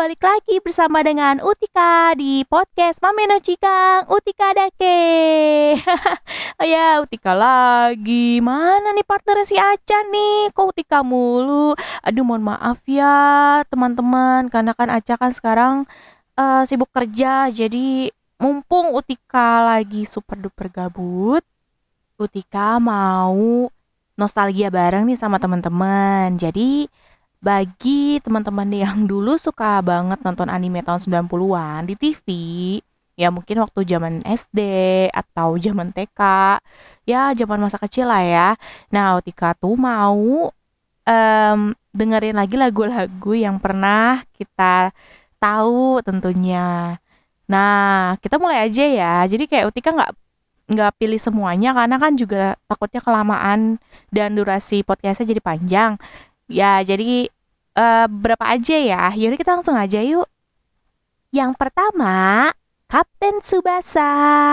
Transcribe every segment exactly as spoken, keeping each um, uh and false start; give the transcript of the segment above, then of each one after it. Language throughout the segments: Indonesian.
balik lagi bersama dengan Utika di podcast Mameno Cikang Utika Dake. Oh ya, Utika lagi. Mana nih partner si Aca nih? Kok Utika mulu? Aduh, mohon maaf ya teman-teman, karena kan Aca kan sekarang uh, sibuk kerja. Jadi mumpung Utika lagi super duper gabut, Utika mau nostalgia bareng nih sama teman-teman. Jadi bagi teman-teman yang dulu suka banget nonton anime tahun sembilan puluhan di T V, ya mungkin waktu zaman S D atau zaman T K, ya zaman masa kecil lah ya. Nah, Utika tuh mau um, dengerin lagi lagu-lagu yang pernah kita tahu tentunya. Nah, kita mulai aja ya. Jadi kayak Utika nggak nggak pilih semuanya karena kan juga takutnya kelamaan dan durasi podcastnya jadi panjang. Ya, jadi uh, berapa aja ya? Yaudah kita langsung aja yuk. Yang pertama, Kapten Tsubasa.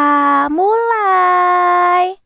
Mulai.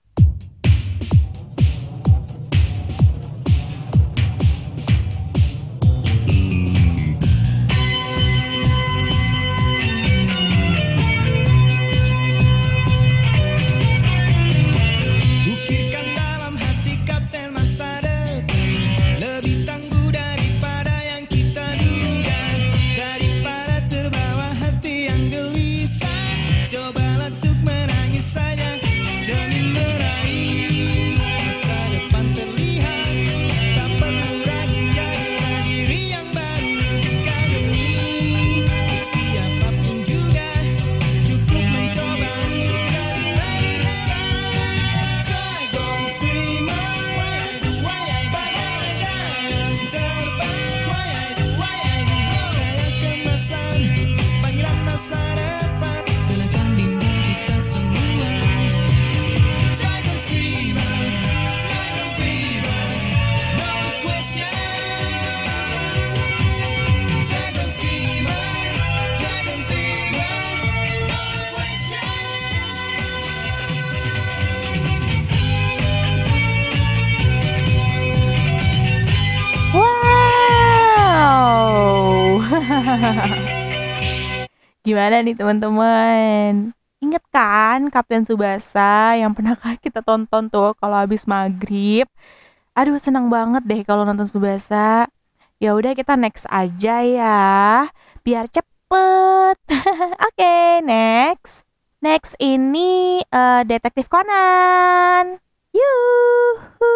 Gimana nih teman-teman? Ingat kan Kapten Tsubasa yang pernah kita tonton tuh kalau habis maghrib? Aduh, senang banget deh kalau nonton Tsubasa. Ya udah kita next aja ya, biar cepet. Oke, okay, next. Next ini uh, Detektif Conan. Yuhu.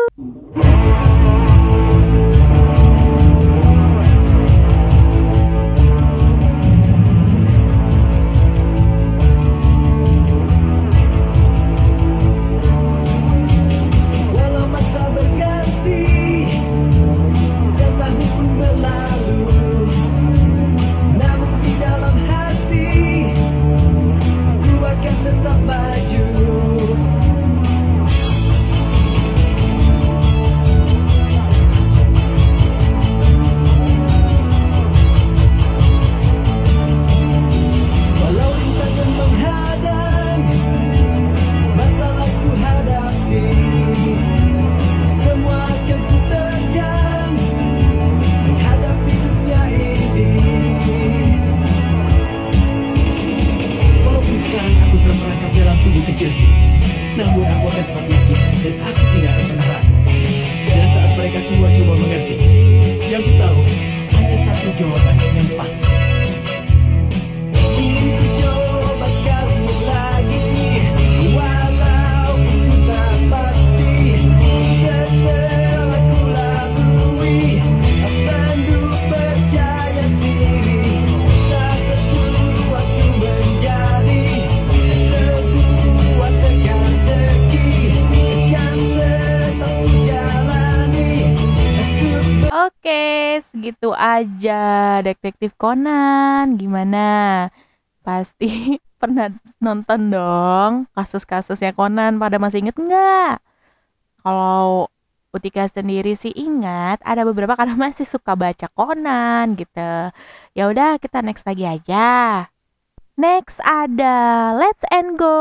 Namun aku akan tetap yakin dan aku tidak akan pernah ragu. Dan saat mereka semua coba mengerti, yang ku tahu hanya satu jawaban yang pasti. Ingin ku coba sekali lagi, walaupun ku tak pasti. Tetap aku lalui, tangguh percaya diri. Tak sesuatu menjadi sebuah teka-teki. Oke, segitu aja Detektif Conan. Gimana? Pasti pernah nonton dong kasus-kasusnya Conan. Pada masih inget nggak? Kalau Utika sendiri sih ingat, ada beberapa karena masih suka baca Conan gitu. Ya udah kita next lagi aja. Next ada Let's and Go.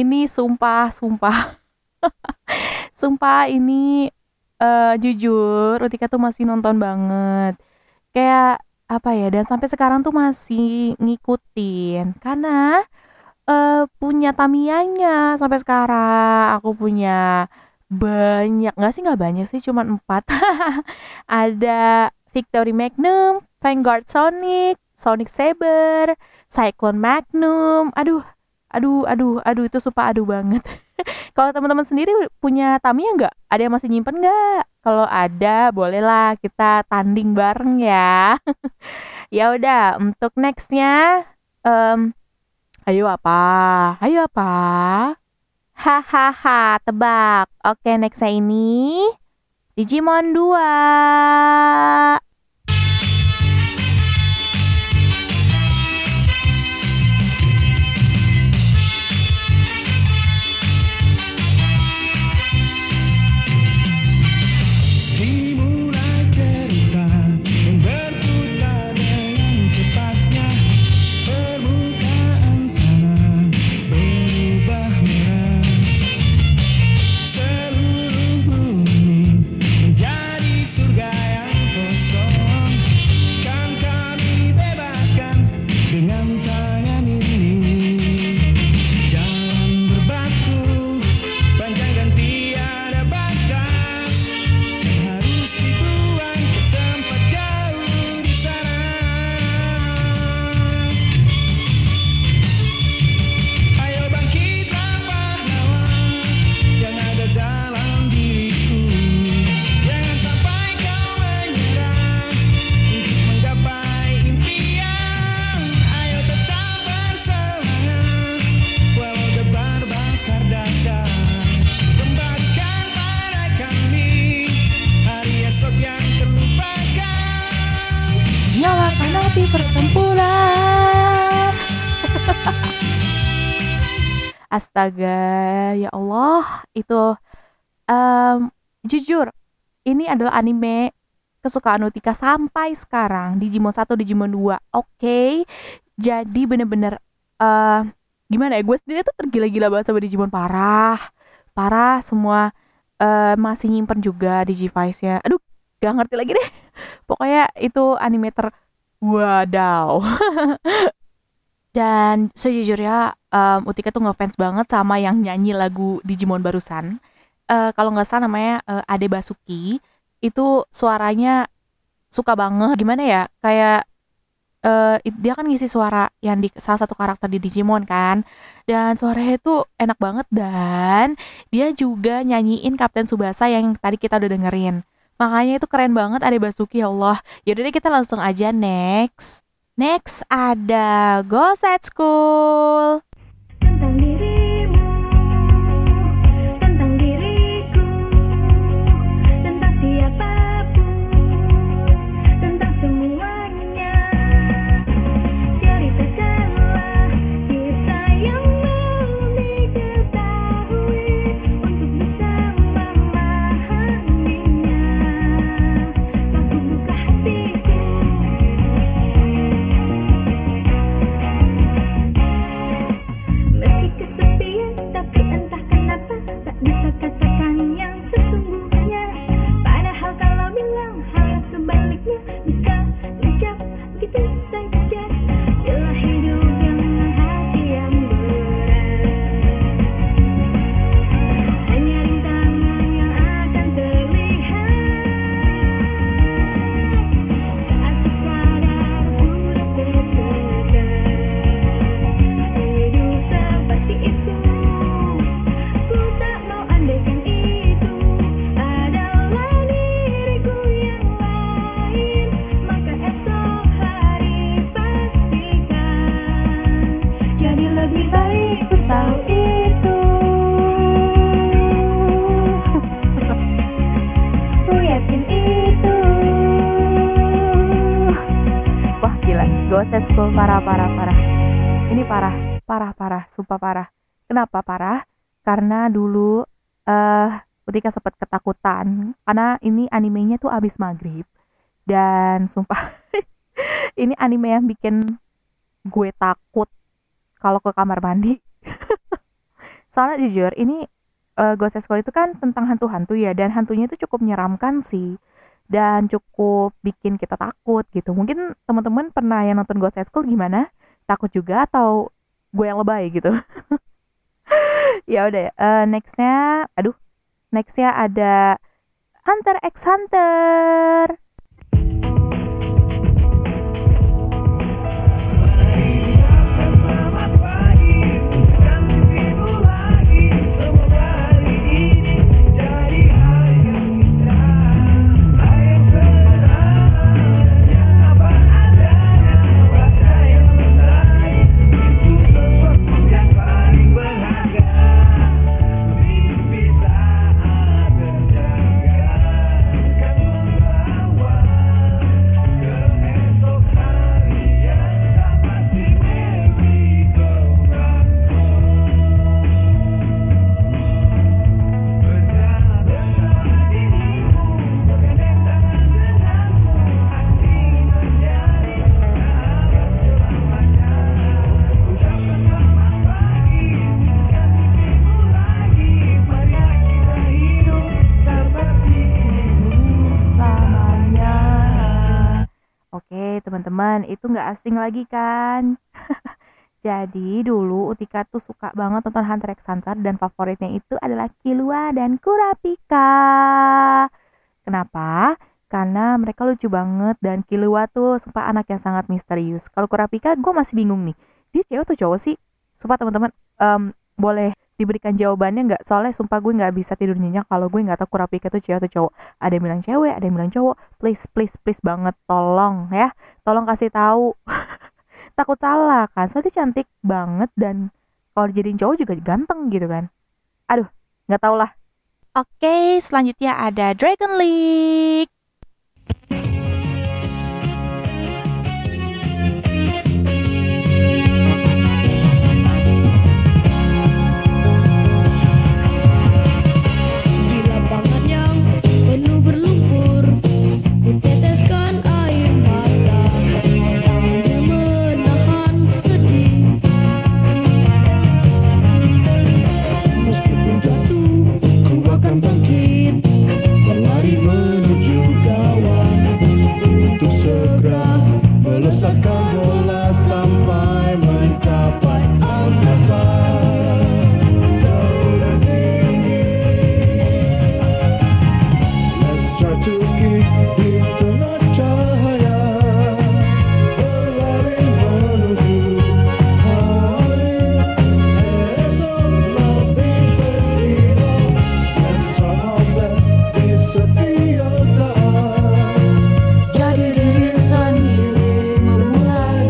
Ini sumpah, sumpah. Sumpah ini eh, jujur Utika tuh masih nonton banget. Kayak apa ya, dan sampai sekarang tuh masih ngikutin karena eh, punya Tamiyanya sampai sekarang. Aku punya banyak, nggak sih nggak banyak sih, cuma empat. Ada Victory Magnum, Vanguard Sonic, Sonic Saber, Cyclone Magnum. Aduh, aduh, aduh, aduh itu sumpah aduh banget. Kalau teman-teman sendiri punya Tamiya nggak? Ada yang masih nyimpen nggak? Kalau ada, bolehlah kita tanding bareng ya. Ya udah, untuk nextnya, em, ayo apa? Ayo apa? Hahaha, tebak. Oke, nextnya ini Digimon dua. Dimulai cerita yang berputar dengan cepatnya, permukaan tanah berubah merah, seluruh bumi menjadi surga yang kosong. Kan kami bebaskan dengan tangan ini, jalan berbatu panjang dan tiada batas, harus dibuang ke tempat jauh di sana. Ayo bangkitlah pahlawan yang ada dalam diriku, jangan sampai kau menyerah untuk menggapai impian. Ayo tetap bersemangat walau debar bakar dada, kembalikan pada kami hari esok yang terlupakan. Nyalakan api pertempuran. Astaga, ya Allah, itu em, jujur ini adalah anime kesukaan Utika sampai sekarang, Digimon satu, Digimon dua. Oke. Jadi bener-bener eh gimana ya? Gue sendiri tuh tergila-gila banget sama Digimon, parah. Parah semua, eh, masih nyimpen juga Digivice-nya. Aduh, gak ngerti lagi deh. Pokoknya itu anime ter wadaw. Dan sejujurnya em, Utika tuh ngefans banget sama yang nyanyi lagu Digimon barusan. Eh, kalau nggak salah namanya eh, Ade Basuki. Itu suaranya suka banget. Gimana ya? Kayak eh, it- dia kan ngisi suara yang di salah satu karakter di Digimon kan. Dan suaranya itu enak banget, dan dia juga nyanyiin Kapten Tsubasa yang tadi kita udah dengerin. Makanya itu keren banget Ade Basuki, ya Allah. Yaudah deh, kita langsung aja next. Next ada Go Set School. Tentang dirimu, tentang diriku, tentang siapapun, tentang semuanya. Cerita telah kisah yang belum diketahui, untuk bisa memahaminya. Tak kubuka hatiku, meski kesepian, tapi entah kenapa tak bisa katakan yang sesungguhnya. Padahal kalau bilang hal yang sebaliknya bisa terucap begitu saja. Bila hidup dengan hati yang berat, hanya rintangan yang akan terlihat. Saat tersadar sudah tersesat, hidup seperti itu. Ku tak mau andaikan itu adalah diriku yang lain, maka esok hari pastikan jadi lebih baik. Ku tahu itu, ku yakin itu. Wah gila, Go Set School parah parah parah. Ini parah, parah parah, sumpah parah. Kenapa parah? Karena dulu eh Utika sempat ketakutan karena ini animenya tuh abis maghrib, dan sumpah ini anime yang bikin gue takut kalau ke kamar mandi. Soalnya jujur ini uh, Ghost School itu kan tentang hantu-hantu ya, dan hantunya itu cukup menyeramkan sih dan cukup bikin kita takut gitu. Mungkin teman-teman pernah yang nonton Ghost School gimana? Takut juga atau gue yang lebay gitu? Ya udah ya. Uh, nextnya, aduh, nextnya ada Hunter x Hunter. Selamat pagi, dan mimpimu lagi. Semoga hari ini jadi hari yang indah. Ayo sederhana, apa adanya, baca yang menarik. Itu sesuatu yang paling berharga. Mimpi saat terjaga, kan membawa ke esok hari yang tak pasti. Berjalan bersama dirimu, bergandeng tangan denganmu. Aku ingin menjadi sahabat selamanya. Ucapkan selamat pagi, dan mimpimu lagi. Marilah kita hidup seperti ini selamanya. Oke teman-teman, itu nggak asing lagi kan? Jadi dulu Utika tuh suka banget nonton Hunter x Hunter dan favoritnya itu adalah Killua dan Kurapika. Kenapa? Karena mereka lucu banget dan Killua tuh sumpah anak yang sangat misterius. Kalau Kurapika gue masih bingung nih, dia cewek atau cowok sih? Sumpah teman-teman, em, boleh diberikan jawabannya nggak? Soalnya sumpah gue nggak bisa tidur nyenyak kalau gue nggak tahu Kurapika tuh cewek atau cowok. Ada yang bilang cewek, ada yang bilang cowok. Please, please, please banget, tolong ya, tolong kasih tahu. Takut salah kan, soalnya dia cantik banget dan kalau dijadiin cowok juga ganteng gitu kan. Aduh, nggak tau lah. Oke, selanjutnya ada Dragon League. Di lapangan yang penuh berlumpur, kuteteskan air mata sambil menahan sedih. Meskipun jatuh, ku akan bangkit, berlari menuju gawang untuk segera melesatkan bola sampai mencapai angkasa. Jauh dan tinggi. Let's try to keep di tengah cahaya, berlari menuju hari esok lebih bersinar. Let's try our best di setiap saat. Jadi diri sendiri memulai.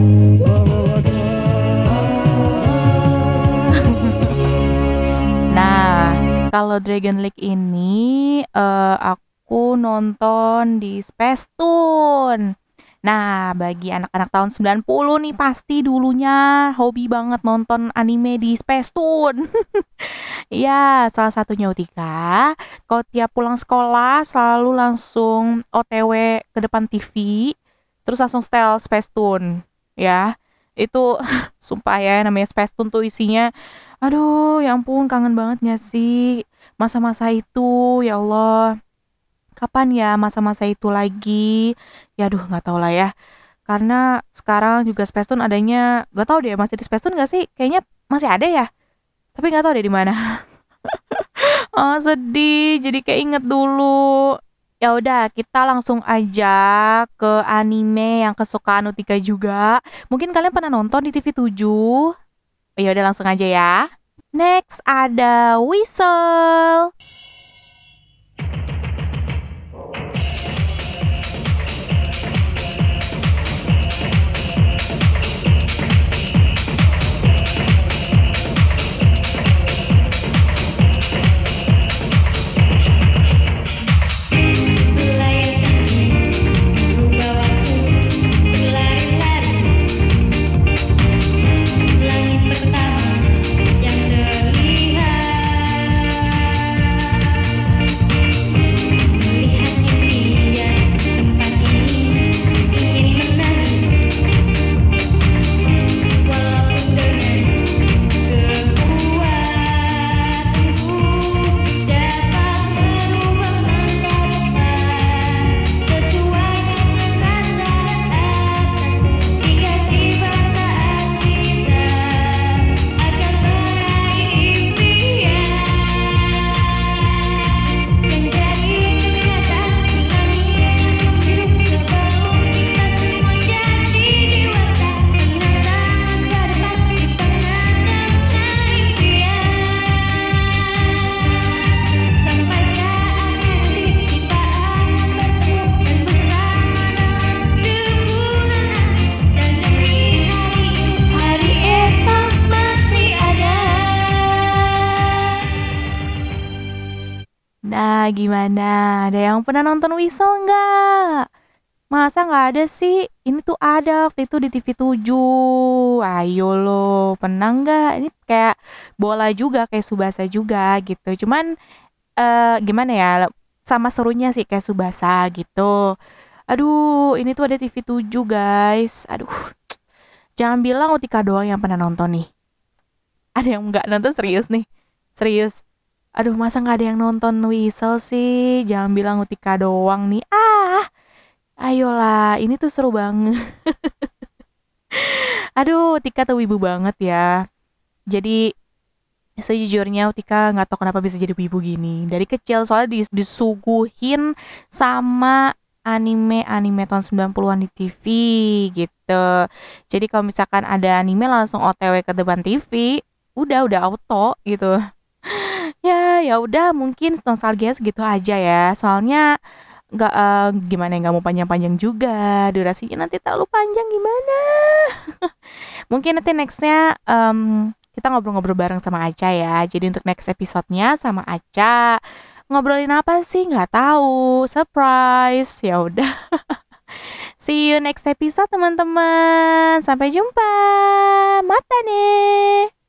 Nah, kalau Dragon League ini eh, aku nonton di Spacetoon. Nah, bagi anak-anak tahun sembilan puluh nih pasti dulunya hobi banget nonton anime di Spacetoon. Iya, salah satunya Utika. Kalau tiap pulang sekolah selalu langsung O T W ke depan T V, terus langsung setel Spacetoon. Ya, itu sumpah ya namanya Spacetoon tuh isinya, aduh ya ampun kangen banget gak sih masa-masa itu, ya Allah. Kapan ya masa-masa itu lagi? Ya aduh nggak tahu lah ya. Karena sekarang juga Spacetoon adanya, nggak tahu deh masih di Spacetoon nggak sih? Kayaknya masih ada ya. Tapi nggak tahu deh di mana. Oh sedih, jadi kayak inget dulu. Ya udah, kita langsung aja ke anime yang kesukaan Utika juga. Mungkin kalian pernah nonton di T V tujuh. Ya udah langsung aja ya. Next ada Whistle. Berlayar tinggi, bunga waktu berlari-lari. Langit pertama yang terlihat. Nah, gimana? Ada yang pernah nonton Whistle nggak? Masa nggak ada sih? Ini tuh ada waktu itu di T V tujuh. Ayo lo, pernah nggak? Ini kayak bola juga, kayak Subasa juga gitu. Cuman eh gimana ya? Sama serunya sih kayak Subasa gitu. Aduh, ini tuh ada T V tujuh guys. Aduh, jangan bilang Utika doang yang pernah nonton nih. Ada yang nggak nonton serius nih? Serius? Aduh, masa nggak ada yang nonton Whistle sih? Jangan bilang Utika doang nih. Ah, ayolah, ini tuh seru banget. Aduh, Utika tuh wibu banget ya. Jadi sejujurnya Utika nggak tahu kenapa bisa jadi wibu gini. Dari kecil soalnya dis- disuguhin sama anime-anime tahun sembilan puluhan di T V gitu. Jadi kalau misalkan ada anime langsung O T W ke depan T V, udah udah auto gitu. Ya, ya udah mungkin nostalgia segitu aja ya. Soalnya nggak eh, gimana ya, nggak mau panjang-panjang juga. Durasinya nanti terlalu panjang gimana? Mungkin nanti nextnya em, kita ngobrol-ngobrol bareng sama Aca ya. Jadi untuk next episode-nya sama Aca ngobrolin apa sih? Nggak tahu. Surprise. Ya udah. See you next episode teman-teman. Sampai jumpa. Mata nih.